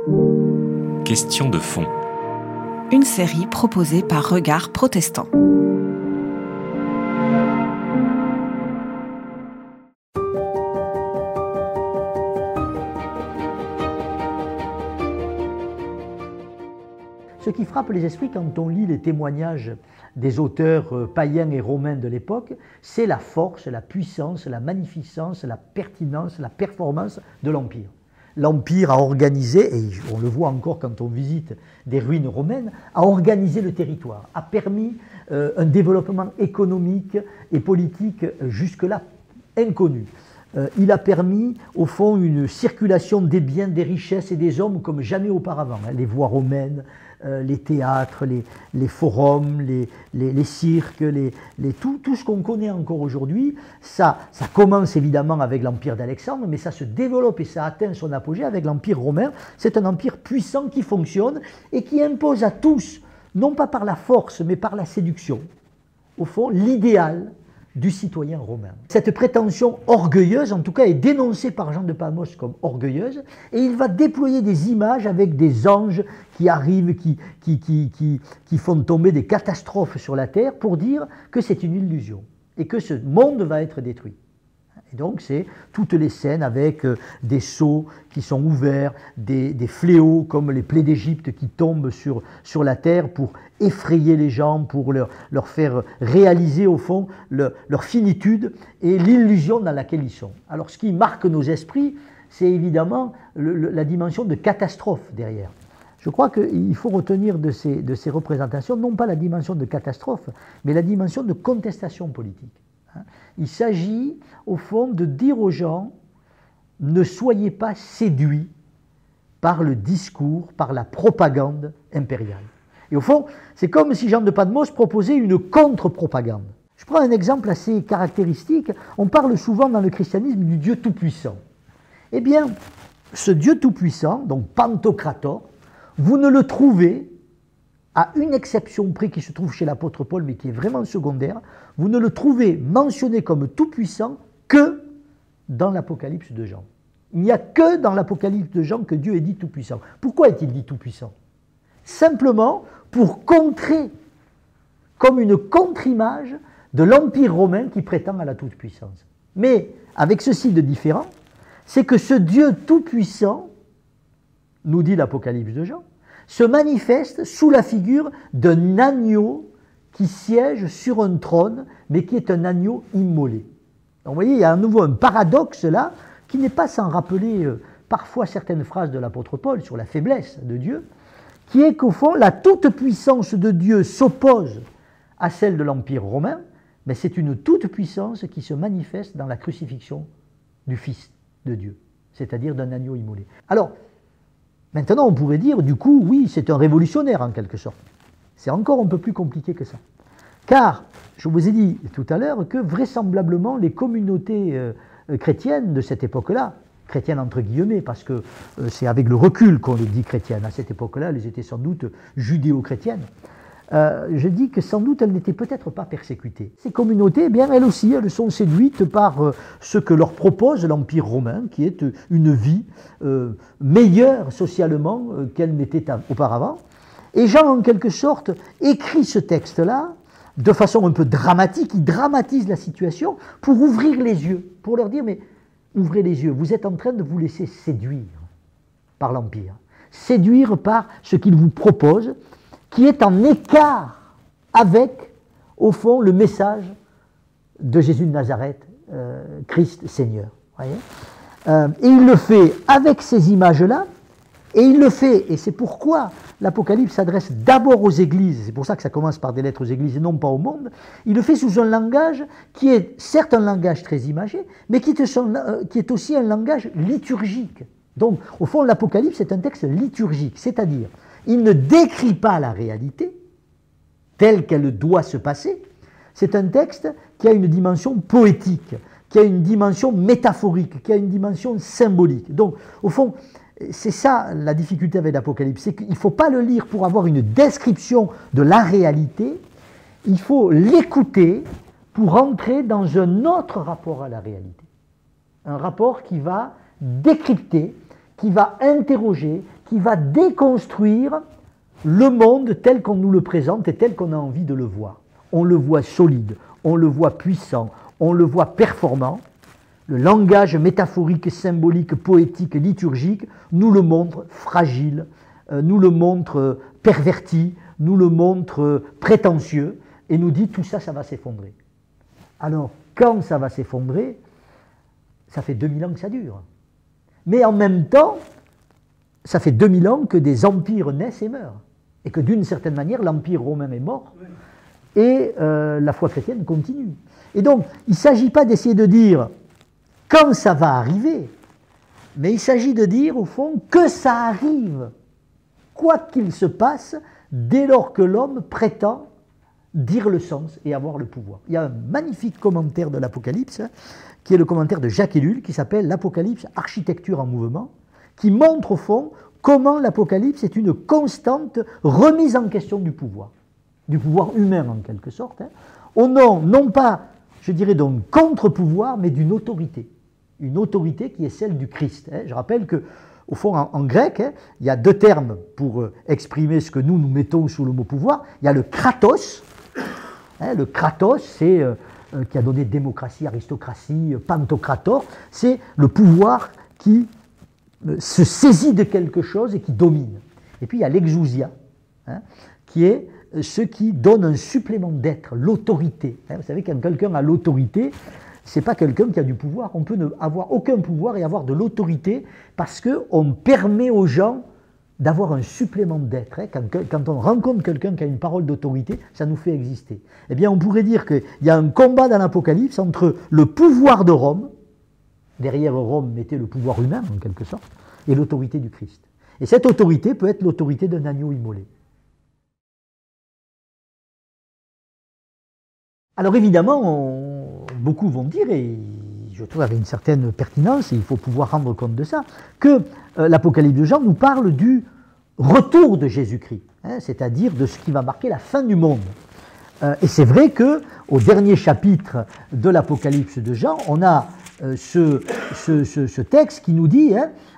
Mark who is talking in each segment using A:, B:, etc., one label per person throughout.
A: Question de fond.
B: Une série proposée par Regard Protestant.
C: Ce qui frappe les esprits quand on lit les témoignages des auteurs païens et romains de l'époque, c'est la force, la puissance, la magnificence, la pertinence, la performance de l'Empire. L'Empire a organisé, et on le voit encore quand on visite des ruines romaines, a organisé le territoire, a permis un développement économique et politique jusque-là inconnu. Il a permis, au fond, une circulation des biens, des richesses et des hommes comme jamais auparavant. Les voies romaines, les théâtres, les forums, les cirques, tout ce qu'on connaît encore aujourd'hui, ça commence évidemment avec l'Empire d'Alexandre, mais ça se développe et ça atteint son apogée avec l'Empire romain. C'est un empire puissant qui fonctionne et qui impose à tous, non pas par la force, mais par la séduction, au fond, l'idéal du citoyen romain. Cette prétention orgueilleuse, en tout cas, est dénoncée par Jean de Palmos comme orgueilleuse, et il va déployer des images avec des anges qui arrivent, qui font tomber des catastrophes sur la terre pour dire que c'est une illusion et que ce monde va être détruit. Et donc c'est toutes les scènes avec des sceaux qui sont ouverts, des fléaux comme les plaies d'Égypte qui tombent sur la terre pour effrayer les gens, pour leur faire réaliser au fond leur finitude et l'illusion dans laquelle ils sont. Alors ce qui marque nos esprits, c'est évidemment la dimension de catastrophe derrière. Je crois qu'il faut retenir de ces représentations non pas la dimension de catastrophe, mais la dimension de contestation politique. Il s'agit, au fond, de dire aux gens « ne soyez pas séduits par le discours, par la propagande impériale ». Et au fond, c'est comme si Jean de Palmos proposait une contre-propagande. Je prends un exemple assez caractéristique. On parle souvent dans le christianisme du Dieu Tout-Puissant. Eh bien, ce Dieu Tout-Puissant, donc Pantocrator, vous ne le trouvez, à une exception près qui se trouve chez l'apôtre Paul, mais qui est vraiment secondaire, vous ne le trouvez mentionné comme tout-puissant que dans l'Apocalypse de Jean. Il n'y a que dans l'Apocalypse de Jean que Dieu est dit tout-puissant. Pourquoi est-il dit tout-puissant? Simplement pour contrer, comme une contre-image de l'Empire romain qui prétend à la toute-puissance. Mais avec ceci de différent, c'est que ce Dieu tout-puissant, nous dit l'Apocalypse de Jean, se manifeste sous la figure d'un agneau qui siège sur un trône, mais qui est un agneau immolé. Donc vous voyez, il y a à nouveau un paradoxe là, qui n'est pas sans rappeler parfois certaines phrases de l'apôtre Paul sur la faiblesse de Dieu, qui est qu'au fond, la toute-puissance de Dieu s'oppose à celle de l'Empire romain, mais c'est une toute-puissance qui se manifeste dans la crucifixion du Fils de Dieu, c'est-à-dire d'un agneau immolé. Alors, maintenant, on pourrait dire, du coup, oui, c'est un révolutionnaire en quelque sorte. C'est encore un peu plus compliqué que ça. Car, je vous ai dit tout à l'heure que vraisemblablement les communautés chrétiennes de cette époque-là, chrétiennes entre guillemets, parce que c'est avec le recul qu'on les dit chrétiennes, à cette époque-là, elles étaient sans doute judéo-chrétiennes, je dis que sans doute elles n'étaient peut-être pas persécutées. Ces communautés, eh bien, elles aussi, elles sont séduites par ce que leur propose l'Empire romain, qui est une vie meilleure socialement qu'elle n'était auparavant. Et Jean, en quelque sorte, écrit ce texte-là de façon un peu dramatique, il dramatise la situation pour ouvrir les yeux, pour leur dire, mais ouvrez les yeux, vous êtes en train de vous laisser séduire par l'Empire, séduire par ce qu'il vous propose, qui est en écart avec, au fond, le message de Jésus de Nazareth, Christ Seigneur. Voyez, et il le fait avec ces images-là, et il le fait, et c'est pourquoi l'Apocalypse s'adresse d'abord aux églises, c'est pour ça que ça commence par des lettres aux églises et non pas au monde, il le fait sous un langage qui est certes un langage très imagé, mais qui est aussi un langage liturgique. Donc, au fond, l'Apocalypse est un texte liturgique, c'est-à-dire, il ne décrit pas la réalité telle qu'elle doit se passer, c'est un texte qui a une dimension poétique, qui a une dimension métaphorique, qui a une dimension symbolique. Donc, au fond, c'est ça la difficulté avec l'Apocalypse, c'est qu'il ne faut pas le lire pour avoir une description de la réalité, il faut l'écouter pour entrer dans un autre rapport à la réalité. Un rapport qui va décrypter, qui va interroger, qui qui va déconstruire le monde tel qu'on nous le présente et tel qu'on a envie de le voir. On le voit solide, on le voit puissant, on le voit performant. Le langage métaphorique, symbolique, poétique, liturgique nous le montre fragile, nous le montre perverti, nous le montre prétentieux, et nous dit tout ça, ça va s'effondrer. Alors, quand ça va s'effondrer, ça fait 2000 ans que ça dure. Mais en même temps, ça fait 2000 ans que des empires naissent et meurent. Et que d'une certaine manière, l'empire romain est mort, et la foi chrétienne continue. Et donc, il ne s'agit pas d'essayer de dire quand ça va arriver, mais il s'agit de dire, au fond, que ça arrive, quoi qu'il se passe, dès lors que l'homme prétend dire le sens et avoir le pouvoir. Il y a un magnifique commentaire de l'Apocalypse, qui est le commentaire de Jacques Ellul, qui s'appelle « L'Apocalypse, architecture en mouvement », qui montre, au fond, comment l'Apocalypse est une constante remise en question du pouvoir humain en quelque sorte, au nom, non pas, je dirais, d'un contre-pouvoir, mais d'une autorité. Une autorité qui est celle du Christ. Je rappelle que, au fond, en grec, il y a deux termes pour exprimer ce que nous mettons sous le mot pouvoir. Il y a le kratos. Le kratos, c'est qui a donné démocratie, aristocratie, pantocrator. C'est le pouvoir qui se saisit de quelque chose et qui domine. Et puis il y a l'exousia, qui est ce qui donne un supplément d'être, l'autorité. Vous savez, quand quelqu'un a l'autorité, ce n'est pas quelqu'un qui a du pouvoir. On peut n'avoir aucun pouvoir et avoir de l'autorité parce qu'on permet aux gens d'avoir un supplément d'être. Quand on rencontre quelqu'un qui a une parole d'autorité, ça nous fait exister. Eh bien, on pourrait dire qu'il y a un combat dans l'Apocalypse entre le pouvoir de Rome, derrière Rome mettait le pouvoir humain en quelque sorte, et l'autorité du Christ. Et cette autorité peut être l'autorité d'un agneau immolé. Alors évidemment, beaucoup vont dire, et je trouve avec une certaine pertinence, et il faut pouvoir rendre compte de ça, que l'Apocalypse de Jean nous parle du retour de Jésus-Christ, c'est-à-dire de ce qui va marquer la fin du monde. Et c'est vrai qu'au dernier chapitre de l'Apocalypse de Jean, on a ce texte qui nous dit,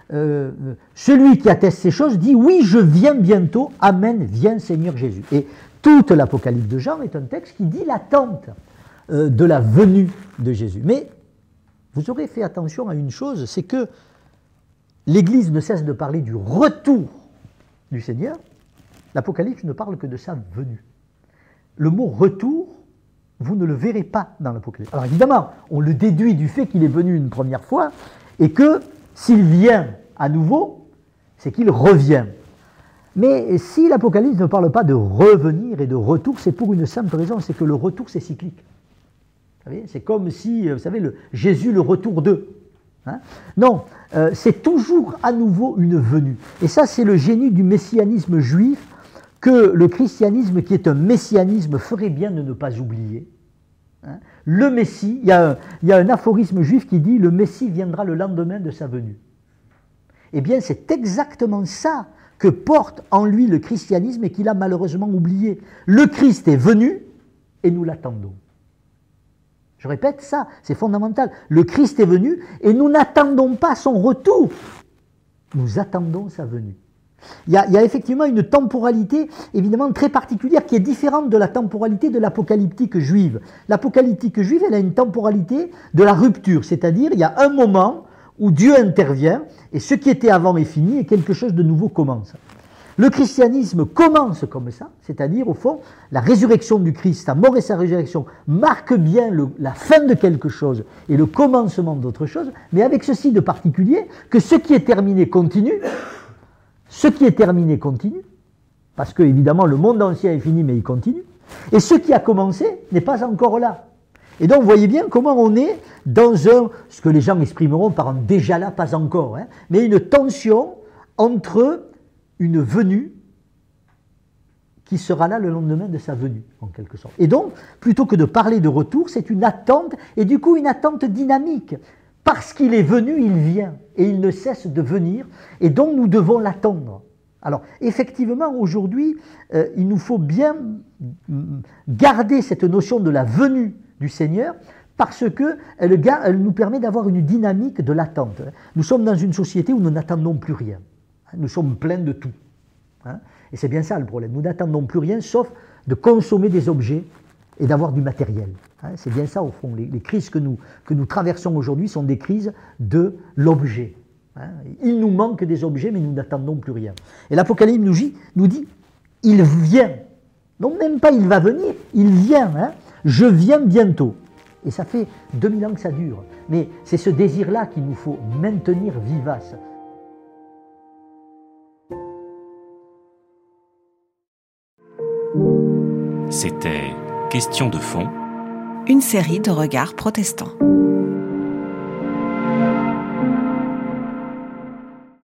C: celui qui atteste ces choses dit, oui, je viens bientôt, amen, viens Seigneur Jésus. Et toute l'Apocalypse de Jean est un texte qui dit l'attente de la venue de Jésus. Mais vous aurez fait attention à une chose, c'est que l'Église ne cesse de parler du retour du Seigneur. L'Apocalypse ne parle que de sa venue. Le mot retour, vous ne le verrez pas dans l'Apocalypse. Alors évidemment, on le déduit du fait qu'il est venu une première fois, et que s'il vient à nouveau, c'est qu'il revient. Mais si l'Apocalypse ne parle pas de revenir et de retour, c'est pour une simple raison, c'est que le retour c'est cyclique. C'est comme si, vous savez, Jésus le retour d'eux. Non, c'est toujours à nouveau une venue. Et ça, c'est le génie du messianisme juif que le christianisme, qui est un messianisme, ferait bien de ne pas oublier. Le Messie, il y a un aphorisme juif qui dit « le Messie viendra le lendemain de sa venue ». Eh bien, c'est exactement ça que porte en lui le christianisme et qu'il a malheureusement oublié. Le Christ est venu et nous l'attendons. Je répète ça, c'est fondamental. Le Christ est venu et nous n'attendons pas son retour. Nous attendons sa venue. Il y a effectivement une temporalité évidemment très particulière qui est différente de la temporalité de l'apocalyptique juive. L'apocalyptique juive, elle a une temporalité de la rupture, c'est-à-dire il y a un moment où Dieu intervient et ce qui était avant est fini et quelque chose de nouveau commence. Le christianisme commence comme ça, c'est-à-dire au fond, la résurrection du Christ, sa mort et sa résurrection marquent bien la fin de quelque chose et le commencement d'autre chose, mais avec ceci de particulier que ce qui est terminé continue, parce que évidemment le monde ancien est fini mais il continue, et ce qui a commencé n'est pas encore là. Et donc vous voyez bien comment on est dans ce que les gens exprimeront par un déjà là, pas encore, mais une tension entre une venue qui sera là le lendemain de sa venue, en quelque sorte. Et donc, plutôt que de parler de retour, c'est une attente, et du coup une attente dynamique. Parce qu'il est venu, il vient, et il ne cesse de venir, et donc nous devons l'attendre. Alors, effectivement, aujourd'hui, il nous faut bien garder cette notion de la venue du Seigneur, parce qu'elle nous permet d'avoir une dynamique de l'attente. Nous sommes dans une société où nous n'attendons plus rien. Nous sommes pleins de tout. Et c'est bien ça le problème. Nous n'attendons plus rien sauf de consommer des objets et d'avoir du matériel. C'est bien ça au fond. Les crises que nous traversons aujourd'hui sont des crises de l'objet. Il nous manque des objets, mais nous n'attendons plus rien. Et l'Apocalypse nous dit, il vient. Non, même pas il va venir, il vient. Je viens bientôt. Et ça fait 2000 ans que ça dure. Mais c'est ce désir-là qu'il nous faut maintenir vivace.
A: C'était Question de fond.
B: Une série de regards protestants.